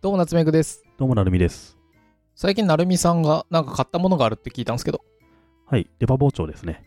どうも夏目ぐです。 どうもなるみです。 最近なるみさんがなんか買ったものがあるって聞いたんですけど。 はい、出刃包丁ですね。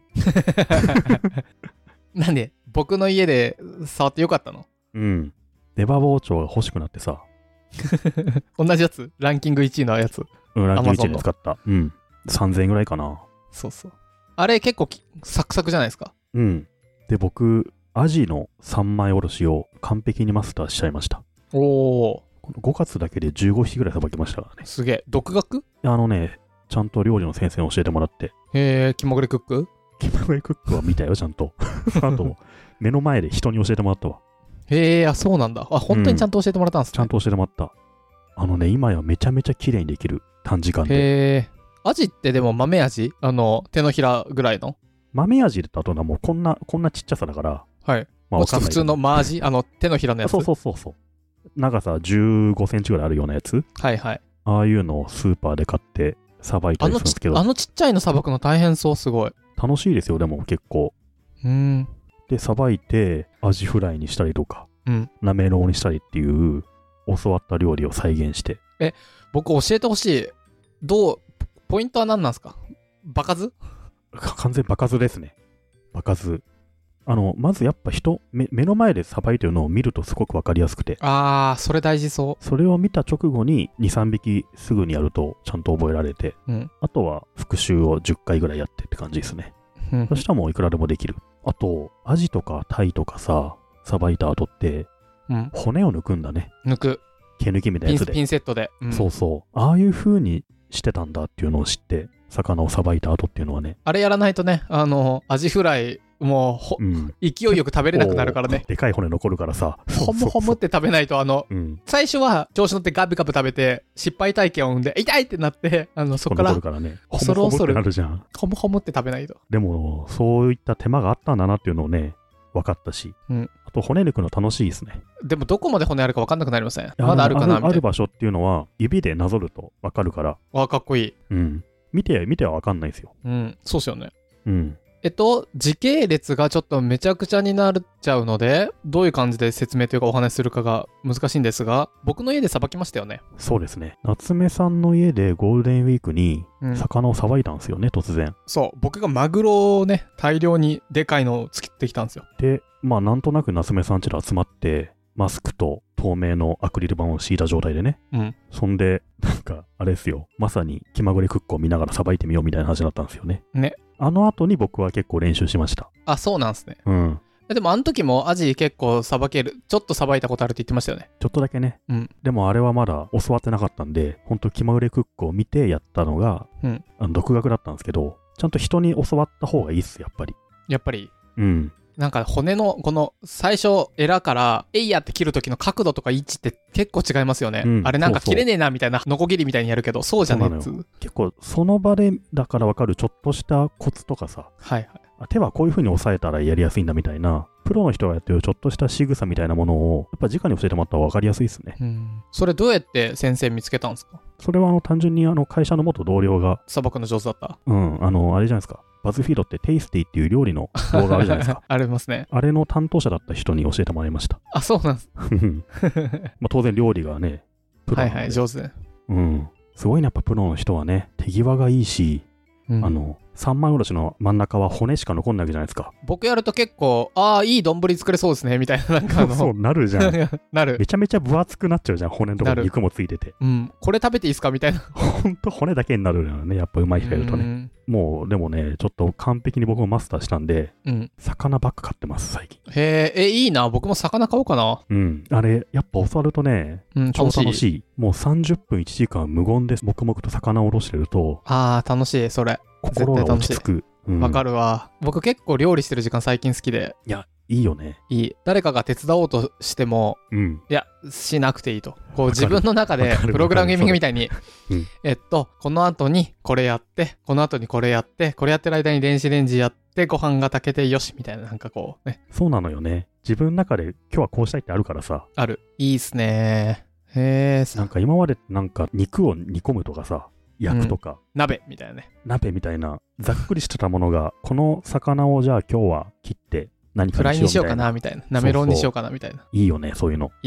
なんで僕の家で触ってよかったの？ うん。出刃包丁が欲しくなってさ。 同じやつ？ランキング1位のやつ。 ランキング1位で使った。うん。3000円ぐらいかな。 そうそう。あれ結構サクサクじゃないですか。 うん。で、僕、アジの三枚おろしを完璧にマスターしちゃいました。 おお。 この5月だけで15匹ぐらいさばきましたからね。 すげえ。独学？ ちゃんと料理の先生に教えてもらって。 へえ、気まぐれクック？ 気まぐれクックは見たよ、ちゃんと。あと、目の前で人に教えてもらったわ。 へえ、あ、そうなんだ。あ、本当にちゃんと教えてもらったんですね。 ちゃんと教えてもらった。今やめちゃめちゃ綺麗にできる。短時間で。 へえ。アジってでも豆アジ？手のひらぐらいの？ 豆アジだともうこんなちっちゃさだから。 はい。 まあ、 ちょっと普通のマアジ？手のひらのやつ？ そう。長さ15センチぐらいあるようなやつ。 はいはい。 ああいうのをスーパーで買ってさばいたりするんですけど。 あのちっちゃいのさばくの大変そう、すごい。 楽しいですよ、でも結構。で、さばいて、アジフライにしたりとか、なめろうにしたりっていう、教わった料理を再現して。 僕教えてほしい。ポイントは何なんですか？場数？ 完全場数ですね。場数。まずやっぱ目の前でさばいてるのを見るとすごくわかりやすくて。 あー、それ大事そう。 それを見た直後に2、3匹すぐにやるとちゃんと覚えられて、あとは復習を10回ぐらいやってって感じですね。そしたらもういくらでもできる。あと、アジとかタイとかさばいた後って、骨を抜くんだね。 抜く。 毛抜きみたいなやつで。 ピンセットで。 そうそう。ああいう風にしてたんだっていうのを知って、魚をさばいた後っていうのはね。 あれやらないとね、アジフライ、もう、勢いよく食べれなくなるからね。 でかい骨残るからさ。 ほむほむって食べないと、最初は調子乗ってガブガブ食べて、失敗体験を生んで、痛いってなって、そっから、 残るからね、 恐る恐る、 なるじゃん。 ほむほむって食べないと。 でも、そういった手間があったんだなっていうのをね、分かったし。あと、骨抜くの楽しいですね。 でも、どこまで骨あるか分かんなくなりません？まだあるかなみたいな。 ある場所っていうのは、指でなぞると分かるから。 わ、かっこいい。 見ては分かんないですよ。 そうっすよね。時系列がちょっとめちゃくちゃになっちゃうので、どういう感じで説明というかお話しするかが難しいんですが、僕の家でさばきましたよね。 そうですね。夏目さんの家でゴールデンウィークに魚をさばいたんですよね、突然。 そう、僕がマグロをね、大量にでかいのを作ってきたんですよ。 で、なんとなく夏目さん家で集まって、マスクと透明のアクリル板を敷いた状態でね。そんで、あれですよ。まさに気まぐれクックを見ながらさばいてみようみたいな話だったんですよね。ね。あの後に僕は結構練習しました。 あ、そうなんですね。でもあの時もアジ結構さばける、ちょっとさばいたことあるって言ってましたよね。 ちょっとだけね。でもあれはまだ教わってなかったんで、ほんと気まぐれクックを見てやったのが、独学だったんですけど、ちゃんと人に教わった方がいいっす、やっぱり。 やっぱり。なんか骨のこの最初エラからエイヤって切る時の角度とか位置って結構違いますよね。あれなんか切れねえなみたいなノコギリみたいにやるけど、そうじゃねえっつ。 結構その場でだから分かるちょっとしたコツとかさ、手はこういう風に押さえたらやりやすいんだみたいな、プロの人がやってるちょっとした仕草みたいなものをやっぱ直に教えてもらった方が分かりやすいですね。 それどうやって先生見つけたんですか？ それは単純に会社の元同僚がさばくの上手だった。 あれじゃないですか。バズフィードってテイスティっていう料理の動画あるじゃないですか。 ありますね。 あれの担当者だった人に教えてもらいました。 あ、そうなんです。 当然料理がね、 プロなんで。上手。 すごいね、やっぱプロの人はね、手際がいいし、三枚おろしの真ん中は骨しか残んないわけじゃないですか。 僕やると結構、いい丼作れそうですねみたいな、 そうなるじゃん。 なる。 めちゃめちゃ分厚くなっちゃうじゃん、骨のところに肉もついてて。 これ食べていいですかみたいな。 ほんと骨だけになるよね、やっぱうまい人やるとね。もうでもね、ちょっと完璧に僕もマスターしたんで、魚ばっか買ってます最近。 へえ、いいな。僕も魚買おうかな。 あれやっぱ教わるとね、超楽しい。もう30分1時間無言で黙々と魚をおろしてると、 楽しい。それ心が落ち着く。 わかるわ。僕結構料理してる時間最近好きで。 いや、いいよね。 いい。誰かが手伝おうとしても、いや、しなくていいと。こう自分の中でプログラミングみたいに、この後にこれやって、この後にこれやって、これやってる間に電子レンジやって、ご飯が炊けてよし、みたいな、なんかこうね。 そうなのよね。自分の中で今日はこうしたいってあるからさ。 ある。いいっすね。へえ。 なんか今までなんか肉を煮込むとかさ、焼くとか、 鍋みたいなね。 鍋みたいなざっくりしてたものが、この魚をじゃあ今日は切って何かフライにしようかなみたいな、なめろうにしようかなみたいな。 いいよね、そういうの。 いい。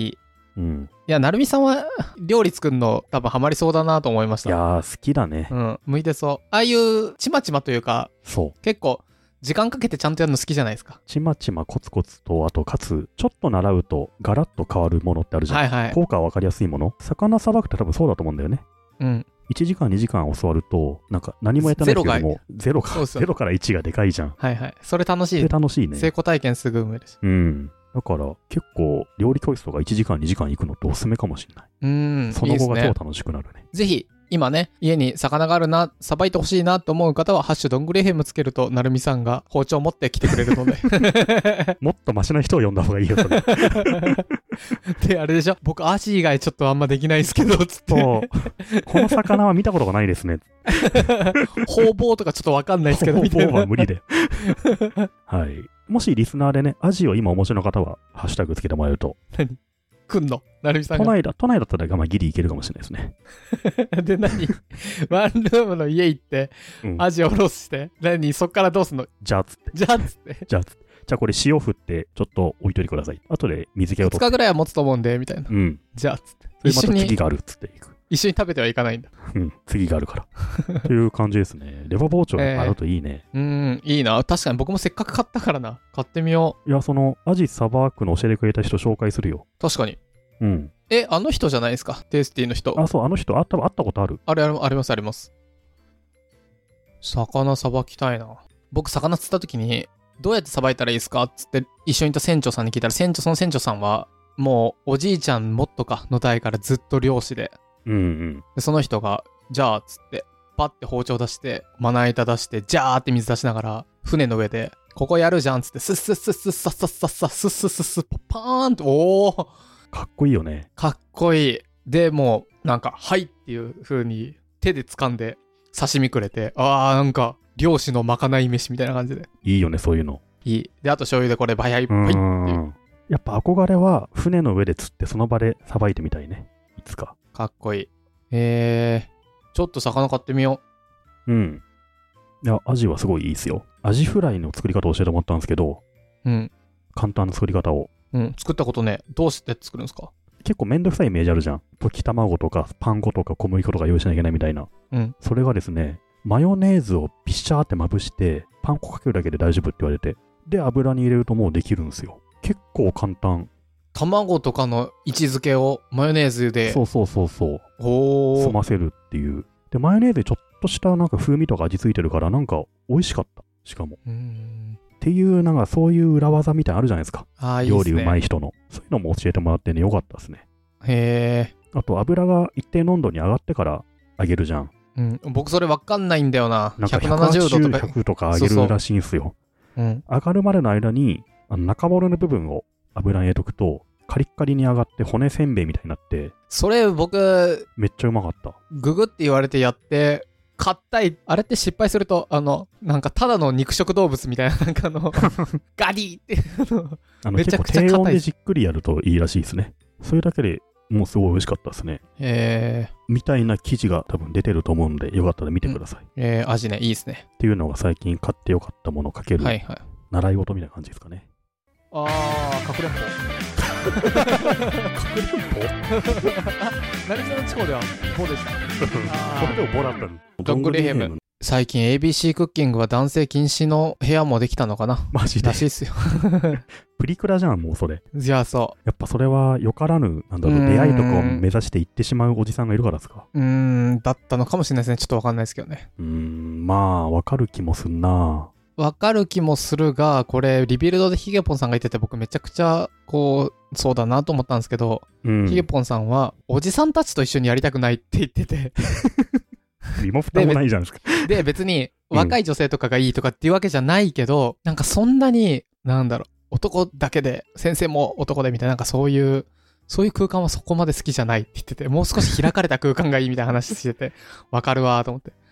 うん。 いや、なるみさんは料理作るの多分ハマりそうだなと思いました。 いやー、好きだね。 うん、向いてそう。ああいうちまちまというか、 そう。 結構、時間かけてちゃんとやるの好きじゃないですか。 ちまちまコツコツと、あとかつ、ちょっと習うとガラッと変わるものってあるじゃん。 はいはい。 効果は分かりやすいもの。魚さばくって多分そうだと思うんだよね。 うん。 1時間2時間教わると、なんか何もやってないけども、0から1がでかいじゃん。 はいはい。それ楽しい。 楽しいね。 成功体験すぐ生めるし。 うん。だから結構料理教室とか1時間2時間行くのっておすすめかもしれない。その後が超楽しくなるね。 ぜひ今ね、家に魚があるな、さばいてほしいなと思う方は、ハッシュどんぐり FM つけると、なるみさんが包丁を持って来てくれるので。 もっとマシな人を呼んだ方がいいよ、それ。 で、あれでしょ、僕、アジ以外ちょっとあんまできないですけど、つって。この魚は見たことがないですね。 方々とかちょっとわかんないですけど、 方々は無理だよ。はい。もしリスナーでね、アジを今お持ちの方は、ハッシュタグつけてもらえると。 何来んのなるみさんが。 都内だったらギリいけるかもしれないですね。 で、ワンルームの家行って、アジをおろして、そっからどうすんのじゃあつって。 じゃあこれ塩振って、ちょっと置いといてください。後で水気を取って。 2日ぐらいは持つと思うんで、みたいな。じゃあつって。 一緒に。次があるっつっていく。 一緒に食べてはいかないんだ。 次があるから。という感じですね。レバー包丁があるといいね。 いいな。確かに僕もせっかく買ったからな。買ってみよう。いや、アジさばくの教えてくれた人紹介するよ。 確かに。 うん。 あの人じゃないですか。テイスティの人。 そう、あの人、多分会ったことある。 あります、あります。魚さばきたいな。僕、魚釣った時に、どうやってさばいたらいいですかっつって、一緒にいた船長さんに聞いたら、その船長さんは、もう、おじいちゃんもっとかの代からずっと漁師で。で、その人が、じゃあ、つって、パッて包丁出して、まな板出して、ジャーって水出しながら、船の上で、ここやるじゃんっつって、スッスッスッスッサッサッサッサッスッスッスッスッパーンって、おーかっこいいよね。 かっこいい。で、もう、なんか、はいっていう風に手で掴んで刺身くれて、なんか、漁師のまかない飯みたいな感じで。 いいよね、そういうの。 いい。で、あと醤油でこれ、バイっていう。 やっぱ憧れは、船の上で釣ってその場でさばいてみたいね。いつか。 かっこいい。ちょっと魚買ってみよう。いや、アジはすごいいいですよ。アジフライの作り方を教えてもらったんですけど、簡単な作り方を。 作ったことね。どうして作るんですか？ 結構めんどくさいイメージあるじゃん。溶き卵とかパン粉とか小麦粉とか用意しなきゃいけないみたいな。それがですね、マヨネーズをビシャーってまぶして、パン粉かけるだけで大丈夫って言われて、で、油に入れるともうできるんですよ。結構簡単。 卵とかの位置づけをマヨネーズで。 そう。済ませるっていう。で、マヨネーズでちょっとしたなんか風味とか味付いてるからなんか美味しかった。しかも。っていうなんかそういう裏技みたいなのあるじゃないですか。料理うまい人の。そういうのも教えてもらってね、よかったですね。あと油が一定温度に上がってから揚げるじゃん。 僕それわかんないんだよな。 なんか170度とか100とか揚げるらしいんすよ。上がるまでの間に中骨の部分を油に入れとくとカリッカリに上がって骨せんべいみたいになって、 それ僕めっちゃうまかった。 ググって言われてやって硬い。あれって失敗するとなんかただの肉食動物みたいな、なんかガリーってめちゃくちゃ硬い。 低温でじっくりやるといいらしいですね。それだけでもうすごい美味しかったですね。みたいな記事が多分出てると思うんで、よかったら見てください。 味ね、いいですね。 っていうのが最近買ってよかったものかける、習い事みたいな感じですかね。 かくれんぼ。 かくれんぼ成田の地方ではボでした。 これでもボだったの。 どんぐりヘム。最近 ABC クッキングは男性禁止の部屋もできたのかな。 マジでらしいっすよ。 プリクラじゃん、もうそれ。 じゃあそう。 やっぱそれはよからぬ、出会いとかを目指して行ってしまうおじさんがいるからですか？ だったのかもしれないですね。ちょっとわかんないですけどね。 まあ、わかる気もすんな。 わかる気もするが、これ、リビルドでヒゲポンさんが言ってて、僕めちゃくちゃ、そうだなと思ったんですけど、ヒゲポンさんは、おじさんたちと一緒にやりたくないって言ってて。 身も蓋もないじゃないですか。 で、別に、若い女性とかがいいとかっていうわけじゃないけど、なんかそんなに、男だけで、先生も男でみたいな、なんかそういう空間はそこまで好きじゃないって言ってて、もう少し開かれた空間がいいみたいな話してて、わかるわーと思って。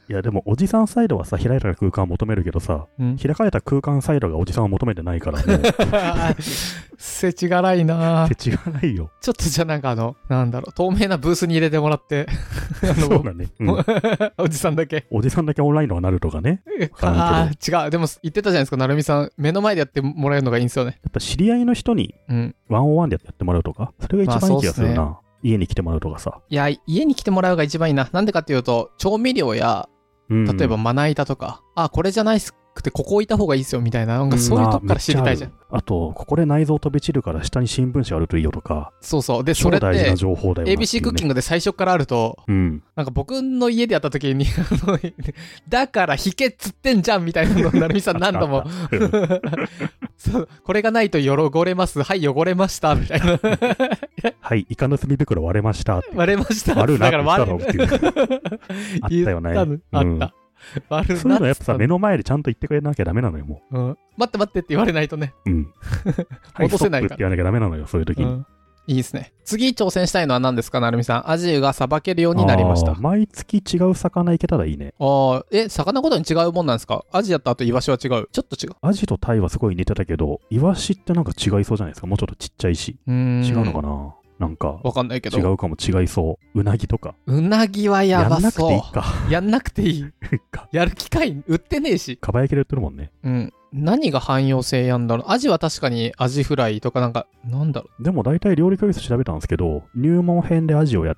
いやでもおじさんサイドはさ、開いた空間を求めるけどさ、開かれた空間サイドがおじさんを求めてないからね。 せちがらいな。 せちがらいよ。 ちょっとじゃあなんかなんだろう、透明なブースに入れてもらって。 そうだね。 おじさんだけオンラインのなるとかね。 違う。でも言ってたじゃないですか、なるみさん。目の前でやってもらえるのがいいんですよね。 やっぱ知り合いの人に、101でやってもらうとか、それが一番いい気がするな。家に来てもらうとかさ。 いや、家に来てもらうが一番いいな。なんでかっていうと、調味料や、例えばまな板とか、これじゃないくてここ置いた方がいいですよみたいな、なんかそういうとこから知りたいじゃん。 あと、ここで内臓飛び散るから下に新聞紙あるといいよとか。 そう。で、それって、 大事な情報だよね。 ABC クッキングで最初からあると、なんか僕の家でやった時に、だから引けっつってんじゃんみたいなのをなるみさん何度も。そうこれがないと汚れます。はい、汚れました。みたいな。 はい、イカの墨袋割れました。 割れました。 割るなって言ったのっていう。あったよね。 あった。 そういうのやっぱさ、目の前でちゃんと言ってくれなきゃダメなのよ、もう。待ってって言われないとね。 戻せないから。って言わなきゃダメなのよ、そういう時に。 いいですね。次挑戦したいのは何ですか、なるみさん。アジがさばけるようになりました。 毎月違う魚いけたらいいね。 魚ごとに違うもんなんですか？アジだった後イワシは違う？ちょっと違う。 アジとタイはすごい似てたけど、イワシってなんか違いそうじゃないですか。もうちょっとちっちゃいし。違うのかな？なんか、 わかんないけど。 違うかも、違いそう。うなぎとか。 うなぎはやばそう。 やんなくていいか。 やんなくていい。やる機会売ってねえし。 かば焼きで売ってるもんね。 何が汎用性やんだろう。アジは確かにアジフライとかなんだろう。でも大体料理教室調べたんですけど、入門編でアジをやって、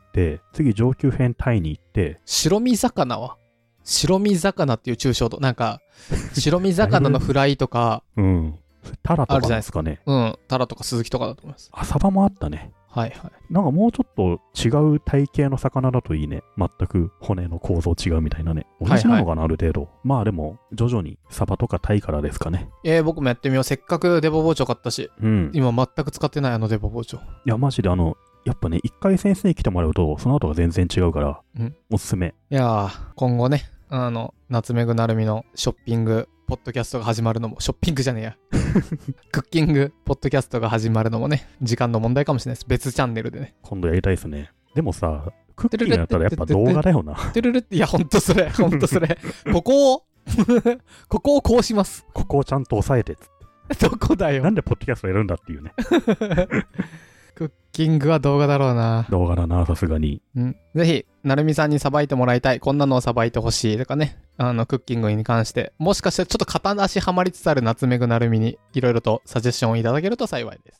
次上級編タイに行って、 白身魚っていう抽象度。なんか、白身魚のフライとか、 タラとかですかね。 タラとかスズキとかだと思います。 サバもあったね。 はい。 なんかもうちょっと違う体型の魚だといいね。全く骨の構造違うみたいなね。同じなのかな、ある程度。まあでも、徐々にサバとかタイからですかね。 僕もやってみよう。せっかくデボ包丁買ったし。今全く使ってないデボ包丁。いや、マジでやっぱね、一回先生に来てもらうと、その後が全然違うから、おすすめ。 いやー、今後ね、夏目ぐなるみのショッピング、ポッドキャストが始まるのも、ショッピングじゃねえや。クッキング、ポッドキャストが始まるのもね、時間の問題かもしれないです。別チャンネルでね。 今度やりたいですね。でもさ、クッキングやったらやっぱ動画だよな。 いや、ほんとそれ。ここをこうします。 ここをちゃんと押さえて。 どこだよ。 なんでポッドキャストやるんだっていうね。 クッキングは動画だろうな。 動画だな、さすがに。 ぜひ、なるみさんにさばいてもらいたい。こんなのをさばいてほしいとかね。クッキングに関して。もしかしてちょっと片足はまりつつある夏目ぐなるみに、いろいろとサジェッションをいただけると幸いです。